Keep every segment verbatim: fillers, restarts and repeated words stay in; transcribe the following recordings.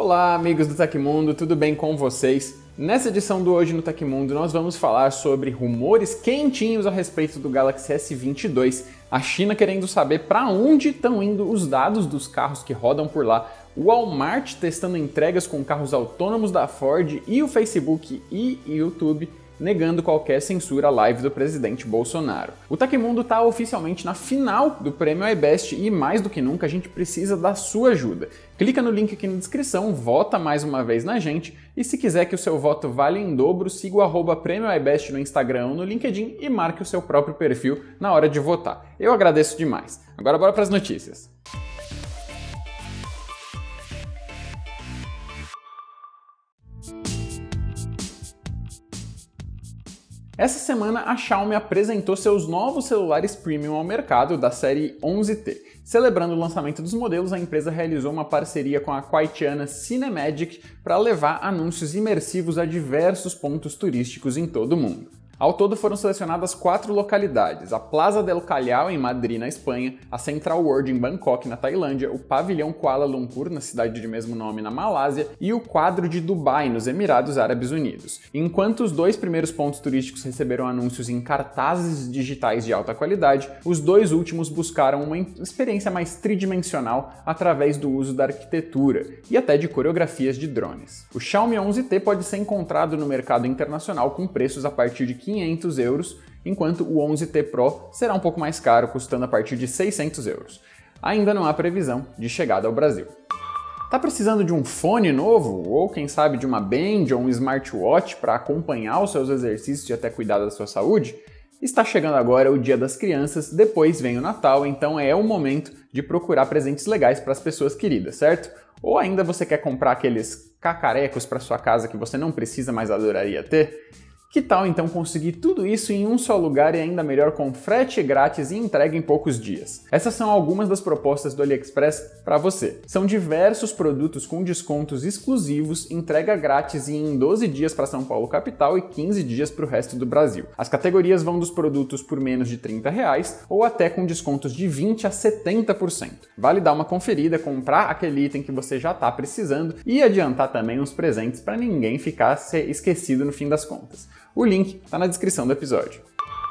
Olá, amigos do Tecmundo, tudo bem com vocês? Nessa edição do Hoje no Tecmundo, nós vamos falar sobre rumores quentinhos a respeito do Galaxy S vinte e dois, a China querendo saber para onde estão indo os dados dos carros que rodam por lá, o Walmart testando entregas com carros autônomos da Ford e o Facebook e YouTube negando qualquer censura à live do presidente Bolsonaro. O Tecmundo está oficialmente na final do Prêmio iBest e, mais do que nunca, a gente precisa da sua ajuda. Clica no link aqui na descrição, vota mais uma vez na gente e, se quiser que o seu voto valha em dobro, siga o arroba Prêmio iBest no Instagram ou no LinkedIn e marque o seu próprio perfil na hora de votar. Eu agradeço demais. Agora bora para as notícias. Essa semana a Xiaomi apresentou seus novos celulares premium ao mercado da série onze T. Celebrando o lançamento dos modelos, a empresa realizou uma parceria com a kuwaitiana Cinemagic para levar anúncios imersivos a diversos pontos turísticos em todo o mundo. Ao todo foram selecionadas quatro localidades: a Plaza del Callao, em Madrid, na Espanha, a Central World, em Bangkok, na Tailândia, o Pavilhão Kuala Lumpur, na cidade de mesmo nome, na Malásia, e o Quadro de Dubai, nos Emirados Árabes Unidos. Enquanto os dois primeiros pontos turísticos receberam anúncios em cartazes digitais de alta qualidade, os dois últimos buscaram uma experiência mais tridimensional através do uso da arquitetura e até de coreografias de drones. O Xiaomi onze T pode ser encontrado no mercado internacional com preços a partir de quinhentos euros, enquanto o onze T Pro será um pouco mais caro, custando a partir de seiscentos euros. Ainda não há previsão de chegada ao Brasil. Tá precisando de um fone novo? Ou quem sabe de uma band ou um smartwatch para acompanhar os seus exercícios e até cuidar da sua saúde? Está chegando agora o Dia das Crianças, depois vem o Natal, então é o momento de procurar presentes legais para as pessoas queridas, certo? Ou ainda você quer comprar aqueles cacarecos para sua casa que você não precisa, mas adoraria ter? Que tal então conseguir tudo isso em um só lugar e ainda melhor com frete grátis e entrega em poucos dias? Essas são algumas das propostas do AliExpress para você. São diversos produtos com descontos exclusivos, entrega grátis e em doze dias para São Paulo capital e quinze dias para o resto do Brasil. As categorias vão dos produtos por menos de trinta reais ou até com descontos de vinte a setenta por cento. Vale dar uma conferida, comprar aquele item que você já está precisando e adiantar também uns presentes para ninguém ficar esquecido no fim das contas. O link está na descrição do episódio.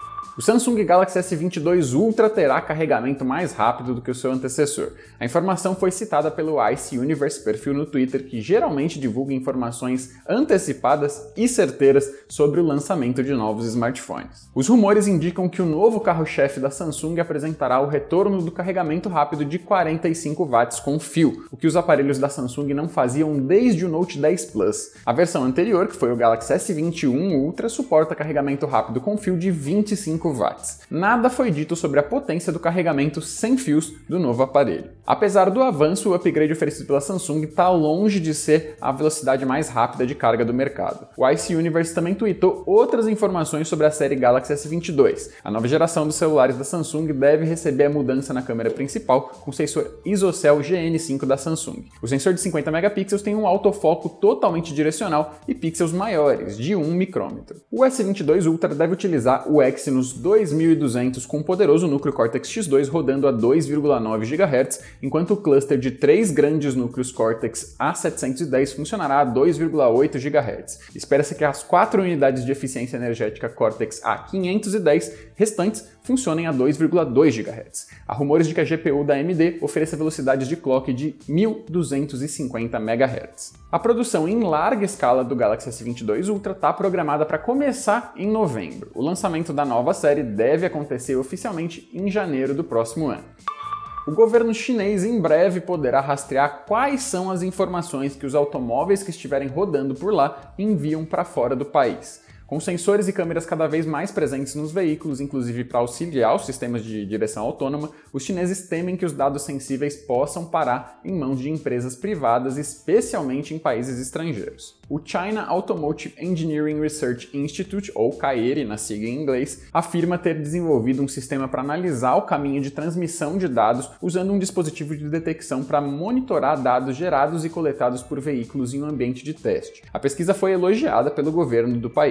O Samsung Galaxy S vinte e dois Ultra terá carregamento mais rápido do que o seu antecessor. A informação foi citada pelo Ice Universe, perfil no Twitter que geralmente divulga informações antecipadas e certeiras sobre o lançamento de novos smartphones. Os rumores indicam que o novo carro-chefe da Samsung apresentará o retorno do carregamento rápido de quarenta e cinco watts com fio, o que os aparelhos da Samsung não faziam desde o Note dez Plus. A versão anterior, que foi o Galaxy S vinte e um Ultra, suporta carregamento rápido com fio de vinte e cinco watts. Nada foi dito sobre a potência do carregamento sem fios do novo aparelho. Apesar do avanço, o upgrade oferecido pela Samsung está longe de ser a velocidade mais rápida de carga do mercado. O Ice Universe também tweetou outras informações sobre a série Galaxy S vinte e dois. A nova geração dos celulares da Samsung deve receber a mudança na câmera principal com o sensor ISOCELL G N cinco da Samsung. O sensor de cinquenta megapixels tem um autofoco totalmente direcional e pixels maiores, de um micrômetro. O S vinte e dois Ultra deve utilizar o Exynos dois mil e duzentos com um poderoso núcleo Cortex X dois rodando a dois vírgula nove gigahertz, enquanto o cluster de três grandes núcleos Cortex A setecentos e dez funcionará a dois vírgula oito gigahertz. Espera-se que as quatro unidades de eficiência energética Cortex A quinhentos e dez restantes funcionem a dois vírgula dois gigahertz. Há rumores de que a G P U da A M D ofereça velocidades de clock de mil duzentos e cinquenta megahertz. A produção em larga escala do Galaxy S vinte e dois Ultra está programada para começar em novembro. O lançamento da nova série deve acontecer oficialmente em janeiro do próximo ano. O governo chinês em breve poderá rastrear quais são as informações que os automóveis que estiverem rodando por lá enviam para fora do país. Com sensores e câmeras cada vez mais presentes nos veículos, inclusive para auxiliar os sistemas de direção autônoma, os chineses temem que os dados sensíveis possam parar em mãos de empresas privadas, especialmente em países estrangeiros. O China Automotive Engineering Research Institute, ou CAERI na sigla em inglês, afirma ter desenvolvido um sistema para analisar o caminho de transmissão de dados usando um dispositivo de detecção para monitorar dados gerados e coletados por veículos em um ambiente de teste. A pesquisa foi elogiada pelo governo do país.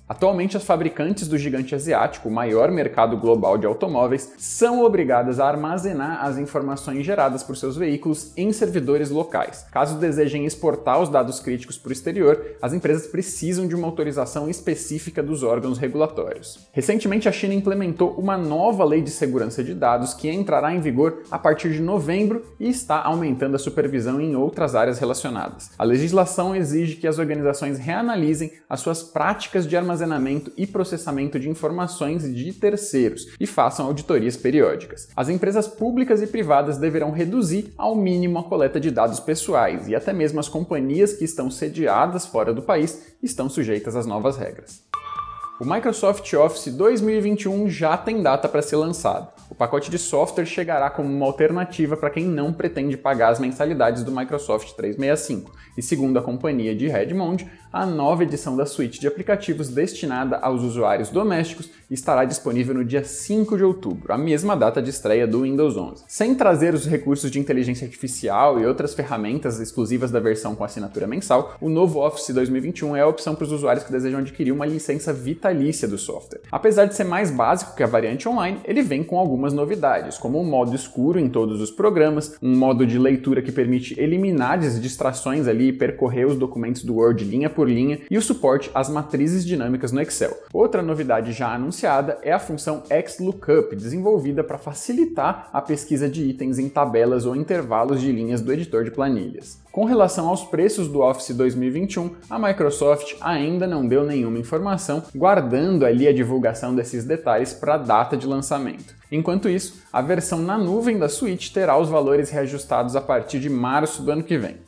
Atualmente, as fabricantes do gigante asiático, o maior mercado global de automóveis, são obrigadas a armazenar as informações geradas por seus veículos em servidores locais. Caso desejem exportar os dados críticos para o exterior, as empresas precisam de uma autorização específica dos órgãos regulatórios. Recentemente, a China implementou uma nova lei de segurança de dados que entrará em vigor a partir de novembro e está aumentando a supervisão em outras áreas relacionadas. A legislação exige que as organizações reanalisem as suas práticas de armazenamento armazenamento e processamento de informações de terceiros e façam auditorias periódicas. As empresas públicas e privadas deverão reduzir ao mínimo a coleta de dados pessoais e até mesmo as companhias que estão sediadas fora do país estão sujeitas às novas regras. O Microsoft Office dois mil e vinte e um já tem data para ser lançado. O pacote de software chegará como uma alternativa para quem não pretende pagar as mensalidades do Microsoft trezentos e sessenta e cinco, e segundo a companhia de Redmond, a nova edição da suíte de aplicativos destinada aos usuários domésticos estará disponível no dia cinco de outubro, a mesma data de estreia do Windows onze. Sem trazer os recursos de inteligência artificial e outras ferramentas exclusivas da versão com assinatura mensal, o novo Office dois mil e vinte e um é a opção para os usuários que desejam adquirir uma licença vitalícia do software. Apesar de ser mais básico que a variante online, ele vem com algumas novidades, como um modo escuro em todos os programas, um modo de leitura que permite eliminar as distrações ali e percorrer os documentos do Word linha por linha e o suporte às matrizes dinâmicas no Excel. Outra novidade já anunciada é a função XLOOKUP, desenvolvida para facilitar a pesquisa de itens em tabelas ou intervalos de linhas do editor de planilhas. Com relação aos preços do Office dois mil e vinte e um, a Microsoft ainda não deu nenhuma informação, guardando ali a divulgação desses detalhes para a data de lançamento. Enquanto isso, a versão na nuvem da suíte terá os valores reajustados a partir de março do ano que vem.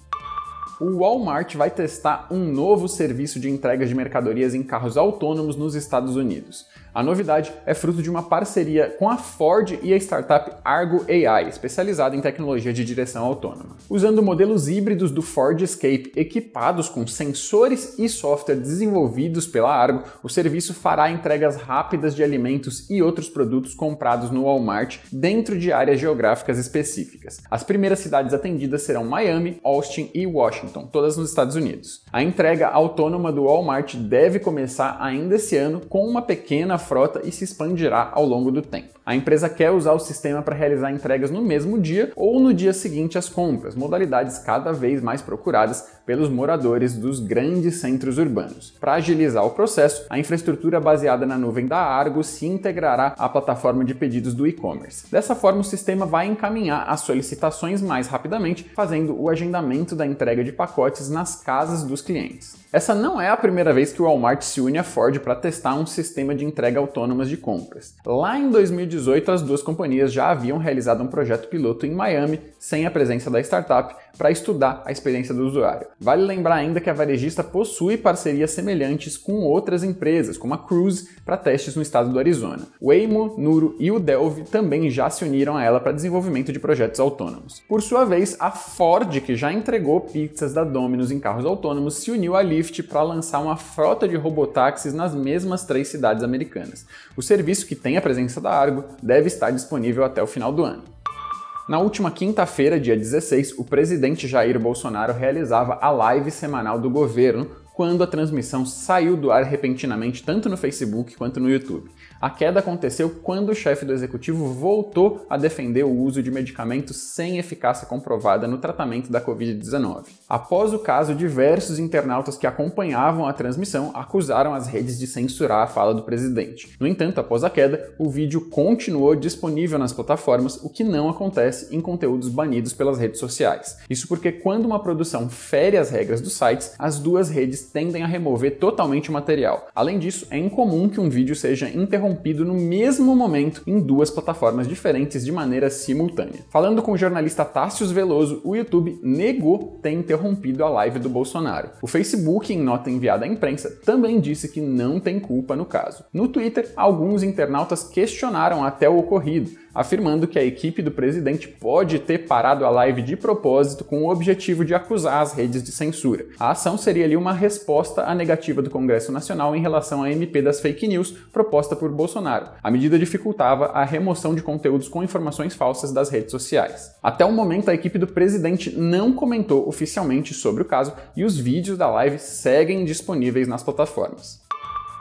O Walmart vai testar um novo serviço de entregas de mercadorias em carros autônomos nos Estados Unidos. A novidade é fruto de uma parceria com a Ford e a startup Argo A I, especializada em tecnologia de direção autônoma. Usando modelos híbridos do Ford Escape equipados com sensores e software desenvolvidos pela Argo, o serviço fará entregas rápidas de alimentos e outros produtos comprados no Walmart dentro de áreas geográficas específicas. As primeiras cidades atendidas serão Miami, Austin e Washington, todas nos Estados Unidos. A entrega autônoma do Walmart deve começar ainda esse ano com uma pequena frota e se expandirá ao longo do tempo. A empresa quer usar o sistema para realizar entregas no mesmo dia ou no dia seguinte às compras, modalidades cada vez mais procuradas pelos moradores dos grandes centros urbanos. Para agilizar o processo, a infraestrutura baseada na nuvem da Argo se integrará à plataforma de pedidos do e-commerce. Dessa forma, o sistema vai encaminhar as solicitações mais rapidamente, fazendo o agendamento da entrega de pacotes nas casas dos clientes. Essa não é a primeira vez que o Walmart se une à Ford para testar um sistema de entrega autônomas de compras. Lá em dois mil e dezoito, as duas companhias já haviam realizado um projeto piloto em Miami, sem a presença da startup, para estudar a experiência do usuário. Vale lembrar ainda que a varejista possui parcerias semelhantes com outras empresas, como a Cruise, para testes no estado do Arizona. O Waymo, Nuro e o Delve também já se uniram a ela para desenvolvimento de projetos autônomos. Por sua vez, a Ford, que já entregou pizzas da Domino's em carros autônomos, se uniu à Lyft para lançar uma frota de robotáxis nas mesmas três cidades americanas. O serviço, que tem a presença da Argo, deve estar disponível até o final do ano. Na última quinta-feira, dia dezesseis, o presidente Jair Bolsonaro realizava a live semanal do governo, quando a transmissão saiu do ar repentinamente tanto no Facebook quanto no YouTube. A queda aconteceu quando o chefe do executivo voltou a defender o uso de medicamentos sem eficácia comprovada no tratamento da covid dezenove. Após o caso, diversos internautas que acompanhavam a transmissão acusaram as redes de censurar a fala do presidente. No entanto, após a queda, o vídeo continuou disponível nas plataformas, o que não acontece em conteúdos banidos pelas redes sociais. Isso porque quando uma produção fere as regras dos sites, as duas redes tendem a remover totalmente o material. Além disso, é incomum que um vídeo seja interrompido no mesmo momento em duas plataformas diferentes de maneira simultânea. Falando com o jornalista Tássius Veloso, o YouTube negou ter interrompido a live do Bolsonaro. O Facebook, em nota enviada à imprensa, também disse que não tem culpa no caso. No Twitter, alguns internautas questionaram até o ocorrido, afirmando que a equipe do presidente pode ter parado a live de propósito com o objetivo de acusar as redes de censura. A ação seria ali uma resposta à negativa do Congresso Nacional em relação à M P das fake news proposta por Bolsonaro. A medida dificultava a remoção de conteúdos com informações falsas das redes sociais. Até o momento, a equipe do presidente não comentou oficialmente sobre o caso e os vídeos da live seguem disponíveis nas plataformas.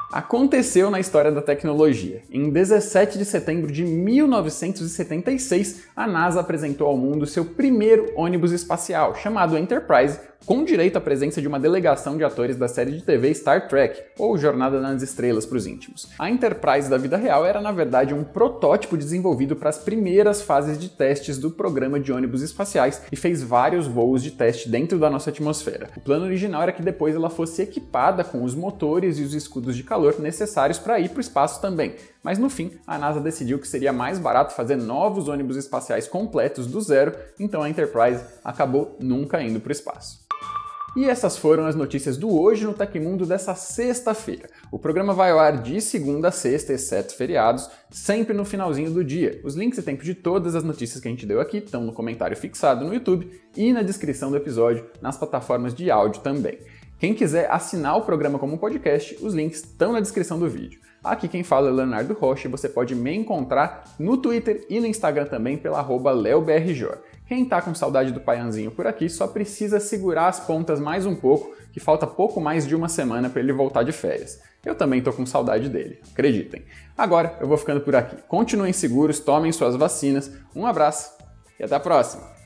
Aconteceu na história da tecnologia. Em dezessete de setembro de mil novecentos e setenta e seis, a NASA apresentou ao mundo seu primeiro ônibus espacial, chamado Enterprise, com direito à presença de uma delegação de atores da série de T V Star Trek, ou Jornada nas Estrelas para os íntimos. A Enterprise da vida real era, na verdade, um protótipo desenvolvido para as primeiras fases de testes do programa de ônibus espaciais e fez vários voos de teste dentro da nossa atmosfera. O plano original era que depois ela fosse equipada com os motores e os escudos de calor necessários para ir para o espaço também. Mas no fim, a NASA decidiu que seria mais barato fazer novos ônibus espaciais completos do zero, então a Enterprise acabou nunca indo para o espaço. E essas foram as notícias do Hoje no Tecmundo dessa sexta-feira. O programa vai ao ar de segunda a sexta, exceto feriados, sempre no finalzinho do dia. Os links e tempo de todas as notícias que a gente deu aqui estão no comentário fixado no YouTube e na descrição do episódio nas plataformas de áudio também. Quem quiser assinar o programa como podcast, os links estão na descrição do vídeo. Aqui quem fala é Leonardo Rocha e você pode me encontrar no Twitter e no Instagram também pela arroba leobrjor. Quem tá com saudade do Paianzinho por aqui só precisa segurar as pontas mais um pouco, que falta pouco mais de uma semana para ele voltar de férias. Eu também tô com saudade dele, acreditem. Agora eu vou ficando por aqui. Continuem seguros, tomem suas vacinas, um abraço e até a próxima!